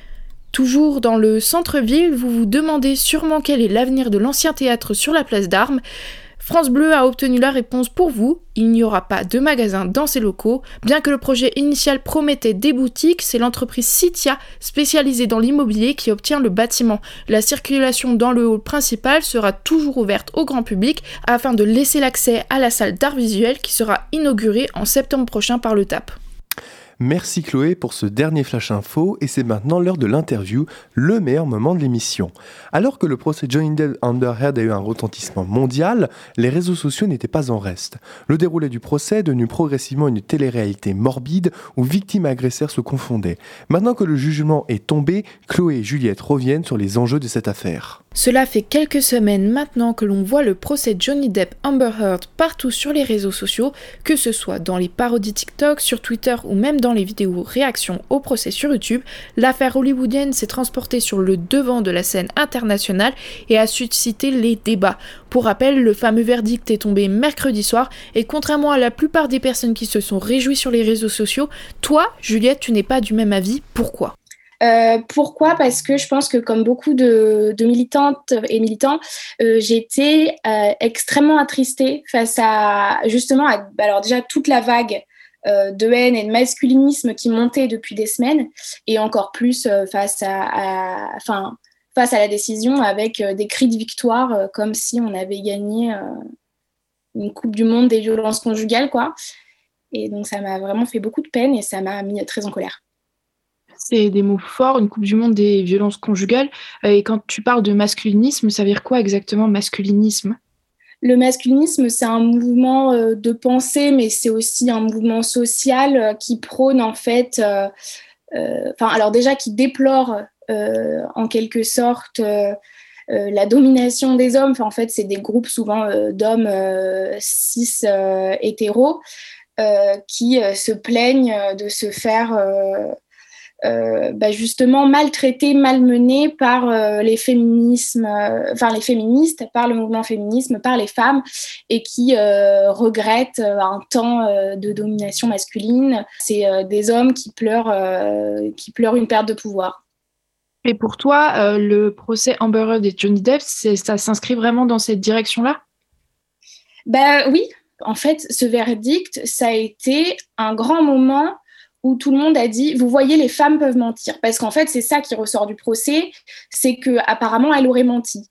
Toujours dans le centre-ville, vous vous demandez sûrement quel est l'avenir de l'ancien théâtre sur la place d'Armes. France Bleu a obtenu la réponse pour vous, il n'y aura pas de magasin dans ces locaux. Bien que le projet initial promettait des boutiques, c'est l'entreprise Citia, spécialisée dans l'immobilier, qui obtient le bâtiment. La circulation dans le hall principal sera toujours ouverte au grand public afin de laisser l'accès à la salle d'art visuel qui sera inaugurée en septembre prochain par le T A P. Merci Chloé pour ce dernier flash info et c'est maintenant l'heure de l'interview, le meilleur moment de l'émission. Alors que le procès Johnny Depp Amber Heard a eu un retentissement mondial, les réseaux sociaux n'étaient pas en reste. Le déroulé du procès est devenu progressivement une télé-réalité morbide où victimes et agresseurs se confondaient. Maintenant que le jugement est tombé, Chloé et Juliette reviennent sur les enjeux de cette affaire. Cela fait quelques semaines maintenant que l'on voit le procès Johnny Depp Amber Heard partout sur les réseaux sociaux, que ce soit dans les parodies TikTok, sur Twitter ou même dans les vidéos réactions au procès sur YouTube. L'affaire hollywoodienne s'est transportée sur le devant de la scène internationale et a suscité les débats. Pour rappel, le fameux verdict est tombé mercredi soir et contrairement à la plupart des personnes qui se sont réjouies sur les réseaux sociaux, toi, Juliette, tu n'es pas du même avis. Pourquoi ? Euh, pourquoi ? Parce que je pense que comme beaucoup de, de militantes et militants, euh, j'ai été euh, extrêmement attristée face à justement à, alors déjà toute la vague euh, de haine et de masculinisme qui montait depuis des semaines et encore plus euh, face à, à enfin face à la décision avec euh, des cris de victoire euh, comme si on avait gagné euh, une Coupe du Monde des violences conjugales quoi. Et donc ça m'a vraiment fait beaucoup de peine et ça m'a mis très en colère. C'est des mots forts, une Coupe du Monde des violences conjugales. Et quand tu parles de masculinisme, ça veut dire quoi exactement, masculinisme ? Le masculinisme, c'est un mouvement euh, de pensée, mais c'est aussi un mouvement social euh, qui prône en fait, enfin euh, euh, alors déjà qui déplore euh, en quelque sorte euh, euh, la domination des hommes. Enfin, en fait, c'est des groupes souvent euh, d'hommes euh, cis euh, hétéros euh, qui euh, se plaignent de se faire euh, Euh, bah justement maltraités, malmenés par euh, les féminismes, euh, enfin les féministes, par le mouvement féminisme, par les femmes, et qui euh, regrettent euh, un temps euh, de domination masculine. C'est euh, des hommes qui pleurent, euh, qui pleurent une perte de pouvoir. Et pour toi, euh, le procès Amber Heard et Johnny Depp, c'est, ça s'inscrit vraiment dans cette direction-là ? Ben oui, en fait, ce verdict, ça a été un grand moment où tout le monde a dit, vous voyez, les femmes peuvent mentir. Parce qu'en fait, c'est ça qui ressort du procès, c'est qu'apparemment, elle aurait menti.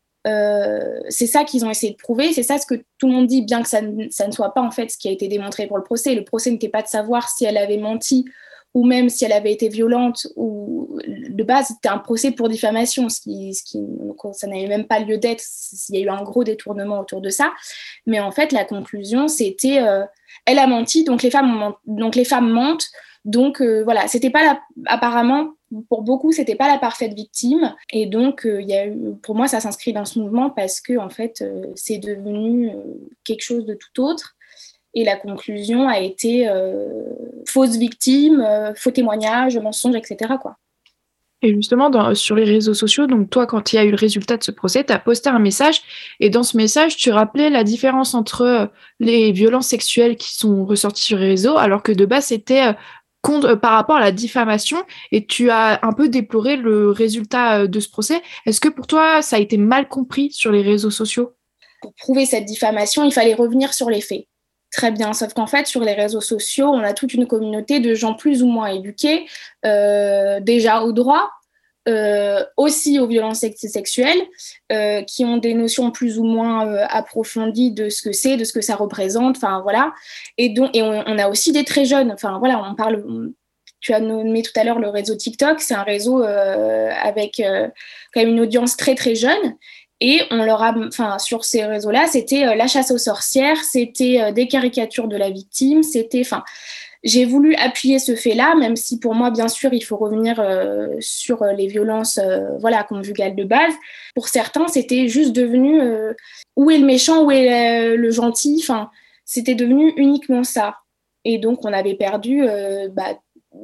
Euh, c'est ça qu'ils ont essayé de prouver, c'est ça ce que tout le monde dit, bien que ça ne, ça ne soit pas en fait ce qui a été démontré pour le procès. Le procès n'était pas de savoir si elle avait menti ou même si elle avait été violente. Ou de base, c'était un procès pour diffamation, ce qui, ce qui, donc ça n'avait même pas lieu d'être. Il y a eu un gros détournement autour de ça. Mais en fait, la conclusion, c'était euh, elle a menti, donc les femmes, ont, donc les femmes mentent. Donc euh, voilà, c'était pas la, apparemment pour beaucoup, c'était pas la parfaite victime. Et donc, euh, y a eu, pour moi, ça s'inscrit dans ce mouvement parce que en fait, euh, c'est devenu euh, quelque chose de tout autre. Et la conclusion a été euh, fausse victime, euh, faux témoignage, mensonge, et cetera, quoi. Et justement, dans, sur les réseaux sociaux, donc toi, quand il y a eu le résultat de ce procès, tu as posté un message, et dans ce message, tu rappelais la différence entre les violences sexuelles qui sont ressorties sur les réseaux, alors que de base, c'était euh, contre, euh, par rapport à la diffamation, et tu as un peu déploré le résultat de ce procès. Est-ce que pour toi, ça a été mal compris sur les réseaux sociaux ? Pour prouver cette diffamation, il fallait revenir sur les faits. Très bien, sauf qu'en fait, sur les réseaux sociaux, on a toute une communauté de gens plus ou moins éduqués, euh, déjà au droit, euh, aussi aux violences sexuelles, euh, qui ont des notions plus ou moins euh, approfondies de ce que c'est, de ce que ça représente, enfin voilà. Et, donc, et on, on a aussi des très jeunes, enfin voilà, on parle... On, tu as nommé tout à l'heure le réseau TikTok, c'est un réseau euh, avec euh, quand même une audience très très jeune. Et on leur a, enfin, sur ces réseaux-là, c'était euh, la chasse aux sorcières, c'était euh, des caricatures de la victime, c'était, enfin, j'ai voulu appuyer ce fait-là, même si pour moi, bien sûr, il faut revenir euh, sur les violences, euh, voilà, conjugales de base. Pour certains, c'était juste devenu euh, où est le méchant, où est le, le gentil, enfin, c'était devenu uniquement ça. Et donc, on avait perdu, euh, bah,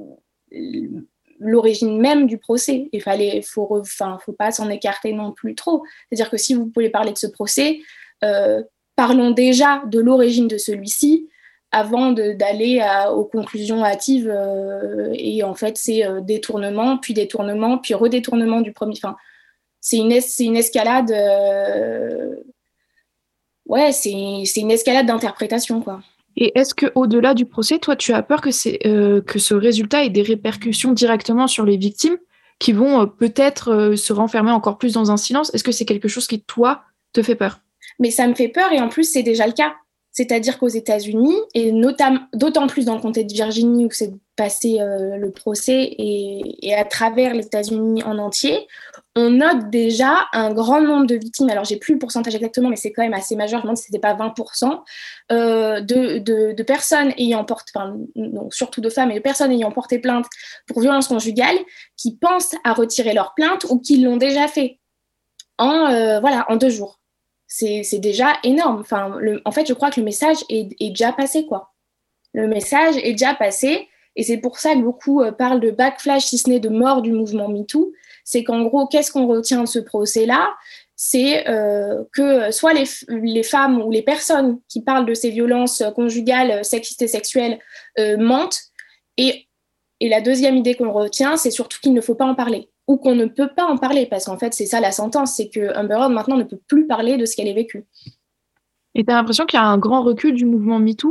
l'origine même du procès. Il fallait, faut, enfin, faut pas s'en écarter non plus trop. C'est-à-dire que si vous voulez parler de ce procès, euh, parlons déjà de l'origine de celui-ci avant de, d'aller à, aux conclusions hâtives. Euh, et en fait, c'est euh, détournement, puis détournement, puis redétournement du premier. Enfin, c'est une, es, c'est une escalade. Euh, ouais, c'est, c'est une escalade d'interprétation, quoi. Et est-ce qu'au-delà du procès, toi, tu as peur que, c'est, euh, que ce résultat ait des répercussions directement sur les victimes qui vont euh, peut-être euh, se renfermer encore plus dans un silence ? Est-ce que c'est quelque chose qui, toi, te fait peur ? Mais ça me fait peur et en plus, c'est déjà le cas. C'est-à-dire qu'aux États-Unis, et notamment, d'autant plus dans le comté de Virginie où s'est passé euh, le procès et, et à travers les États-Unis en entier, on note déjà un grand nombre de victimes. Alors, j'ai plus le pourcentage exactement, mais c'est quand même assez majeur. Je me demande si ce n'était pas vingt pour cent euh, de, de, de personnes ayant porté, enfin, non, surtout de femmes, et de personnes ayant porté plainte pour violence conjugale qui pensent à retirer leur plainte ou qui l'ont déjà fait en, euh, voilà, en deux jours. C'est, c'est déjà énorme. Enfin, le, en fait, je crois que le message est, est déjà passé, quoi. Le message est déjà passé, et c'est pour ça que beaucoup euh, parlent de backlash, si ce n'est de mort du mouvement MeToo. C'est qu'en gros, qu'est-ce qu'on retient de ce procès-là ? C'est euh, que soit les, les femmes ou les personnes qui parlent de ces violences conjugales, sexistes et sexuelles euh, mentent. Et, et la deuxième idée qu'on retient, c'est surtout qu'il ne faut pas en parler. Ou qu'on ne peut pas en parler, parce qu'en fait, c'est ça la sentence, c'est que Amber Heard, maintenant, ne peut plus parler de ce qu'elle a vécu. Et tu as l'impression qu'il y a un grand recul du mouvement MeToo ?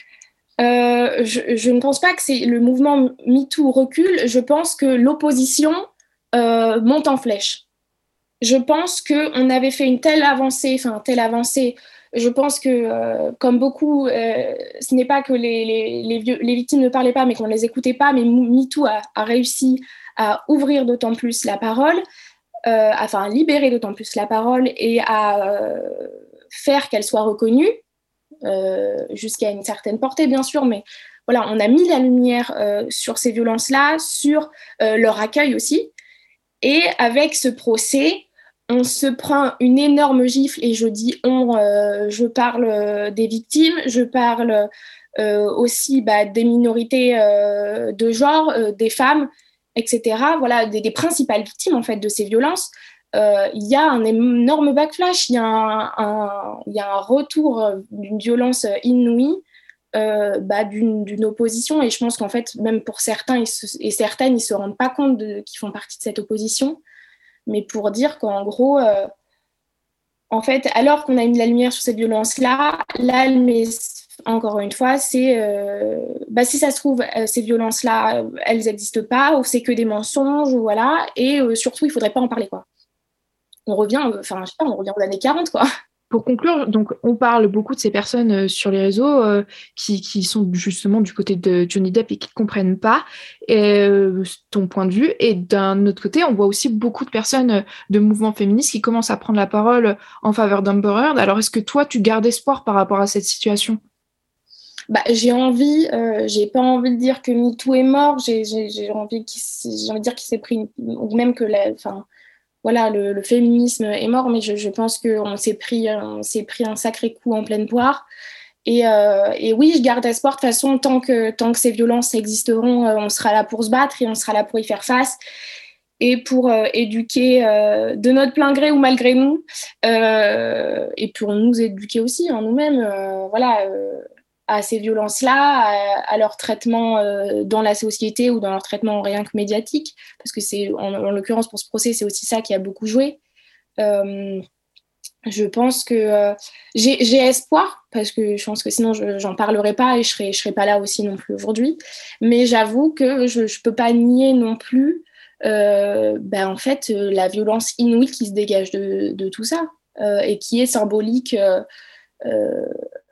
euh, je, je ne pense pas que c'est le mouvement MeToo recule, je pense que l'opposition euh, monte en flèche. Je pense qu'on avait fait une telle avancée, enfin, telle avancée, je pense que, euh, comme beaucoup, euh, ce n'est pas que les, les, les, vieux, les victimes ne parlaient pas, mais qu'on ne les écoutait pas, mais MeToo a, a réussi à ouvrir d'autant plus la parole, euh, enfin à libérer d'autant plus la parole et à, euh, faire qu'elles soient reconnues, euh, jusqu'à une certaine portée, bien sûr, mais voilà, on a mis la lumière euh, sur ces violences-là, sur euh, leur accueil aussi. Et avec ce procès, on se prend une énorme gifle, et je dis on, euh, je parle euh, des victimes, je parle euh, aussi bah, des minorités euh, de genre, euh, des femmes, et cetera. Voilà, des, des principales victimes en fait de ces violences. Euh, il y a un énorme backlash, il y a un, un, il y a un retour d'une violence inouïe. Euh, bah, d'une, d'une opposition, et je pense qu'en fait même pour certains ils se, et certaines ils se rendent pas compte de, qu'ils font partie de cette opposition, mais pour dire qu'en gros euh, en fait alors qu'on a mis la lumière sur cette violence là là mais encore une fois c'est euh, bah, si ça se trouve euh, ces violences là elles n'existent pas, ou c'est que des mensonges, ou voilà, et euh, surtout il faudrait pas en parler quoi. On revient enfin euh, je sais pas on revient aux années quarante quoi. Pour conclure, donc on parle beaucoup de ces personnes euh, sur les réseaux euh, qui, qui sont justement du côté de Johnny Depp et qui ne comprennent pas euh, ton point de vue. Et d'un autre côté, on voit aussi beaucoup de personnes euh, de mouvements féministes qui commencent à prendre la parole en faveur d'Amber Heard. Alors, est-ce que toi, tu gardes espoir par rapport à cette situation ? Bah, j'ai envie, euh, j'ai pas envie de dire que MeToo est mort. J'ai, j'ai, j'ai envie qu'il, j'ai envie de dire qu'il s'est pris, une, ou même que la, enfin. Voilà, le, le féminisme est mort, mais je, je pense qu'on s'est pris, on s'est pris un sacré coup en pleine poire. Et, euh, et oui, je garde espoir. De toute façon, tant que, tant que ces violences existeront, euh, on sera là pour se battre et on sera là pour y faire face et pour euh, éduquer euh, de notre plein gré ou malgré nous, euh, et pour nous éduquer aussi, hein, nous-mêmes, euh, voilà, euh, à ces violences-là, à, à leur traitement euh, dans la société ou dans leur traitement rien que médiatique, parce que c'est, en, en l'occurrence pour ce procès, c'est aussi ça qui a beaucoup joué. Euh, je pense que euh, j'ai, j'ai espoir, parce que je pense que sinon je, j'en parlerai pas et je serai, je serai pas là aussi non plus aujourd'hui, mais j'avoue que je, je peux pas nier non plus euh, ben, en fait, euh, la violence inouïe qui se dégage de, de tout ça, euh, et qui est symbolique euh, euh,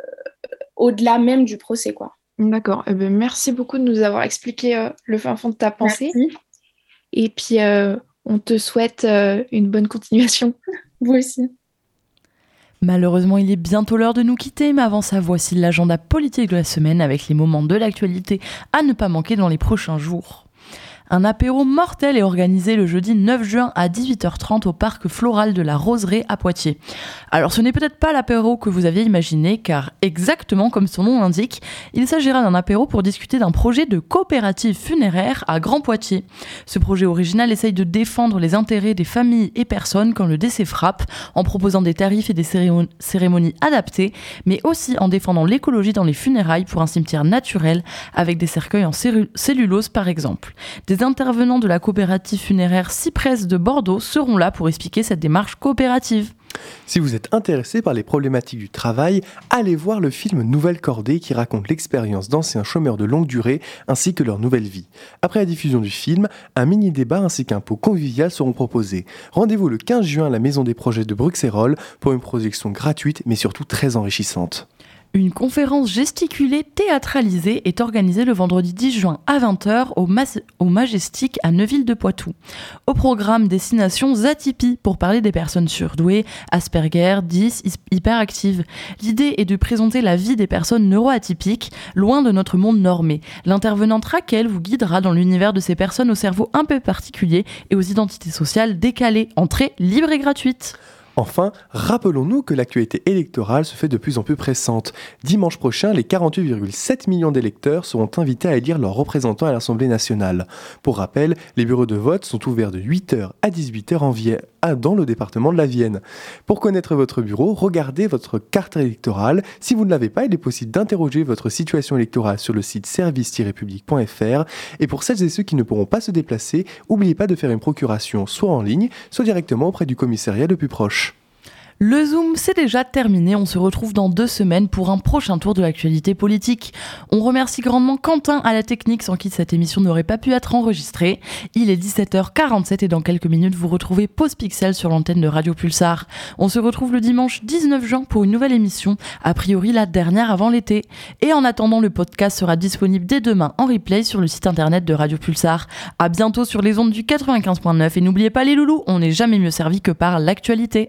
au-delà même du procès, quoi. D'accord. Eh bien, merci beaucoup de nous avoir expliqué euh, le fin fond de ta pensée. Merci. Et puis, euh, on te souhaite euh, une bonne continuation. Vous aussi. Malheureusement, il est bientôt l'heure de nous quitter, mais avant ça, voici l'agenda politique de la semaine avec les moments de l'actualité à ne pas manquer dans les prochains jours. Un apéro mortel est organisé le jeudi neuf juin à dix-huit heures trente au parc floral de la Roseraie à Poitiers. Alors ce n'est peut-être pas l'apéro que vous aviez imaginé, car exactement comme son nom l'indique, il s'agira d'un apéro pour discuter d'un projet de coopérative funéraire à Grand Poitiers. Ce projet original essaye de défendre les intérêts des familles et personnes quand le décès frappe, en proposant des tarifs et des cérémonies, cérémonies adaptées, mais aussi en défendant l'écologie dans les funérailles pour un cimetière naturel, avec des cercueils en cellu- cellulose par exemple. Des Les intervenants de la coopérative funéraire Cyprès de Bordeaux seront là pour expliquer cette démarche coopérative. Si vous êtes intéressé par les problématiques du travail, allez voir le film Nouvelle Cordée qui raconte l'expérience d'anciens chômeurs de longue durée ainsi que leur nouvelle vie. Après la diffusion du film, un mini-débat ainsi qu'un pot convivial seront proposés. Rendez-vous le quinze juin à la Maison des Projets de Bruxelles pour une projection gratuite mais surtout très enrichissante. Une conférence gesticulée théâtralisée est organisée le vendredi dix juin à vingt heures au, Mas- au Majestic à Neuville-de-Poitou. Au programme, destinations atypies pour parler des personnes surdouées, Asperger, dys, hyperactives. L'idée est de présenter la vie des personnes neuroatypiques, loin de notre monde normé. L'intervenante Raquel vous guidera dans l'univers de ces personnes au cerveau un peu particulier et aux identités sociales décalées. Entrée libre et gratuite. Enfin, rappelons-nous que l'actualité électorale se fait de plus en plus pressante. Dimanche prochain, les quarante-huit virgule sept millions d'électeurs seront invités à élire leurs représentants à l'Assemblée nationale. Pour rappel, les bureaux de vote sont ouverts de huit heures à dix-huit heures en Vienne, dans le département de la Vienne. Pour connaître votre bureau, regardez votre carte électorale. Si vous ne l'avez pas, il est possible d'interroger votre situation électorale sur le site service tiret public point f r. Et pour celles et ceux qui ne pourront pas se déplacer, n'oubliez pas de faire une procuration soit en ligne, soit directement auprès du commissariat le plus proche. Le Zoom, c'est déjà terminé. On se retrouve dans deux semaines pour un prochain tour de l'actualité politique. On remercie grandement Quentin à la technique, sans qui cette émission n'aurait pas pu être enregistrée. Il est dix-sept heures quarante-sept et dans quelques minutes, vous retrouvez Pause Pixel sur l'antenne de Radio Pulsar. On se retrouve le dimanche dix-neuf juin pour une nouvelle émission, a priori la dernière avant l'été. Et en attendant, le podcast sera disponible dès demain en replay sur le site internet de Radio Pulsar. À bientôt sur les ondes du quatre-vingt-quinze neuf et n'oubliez pas les loulous, on n'est jamais mieux servi que par l'actualité.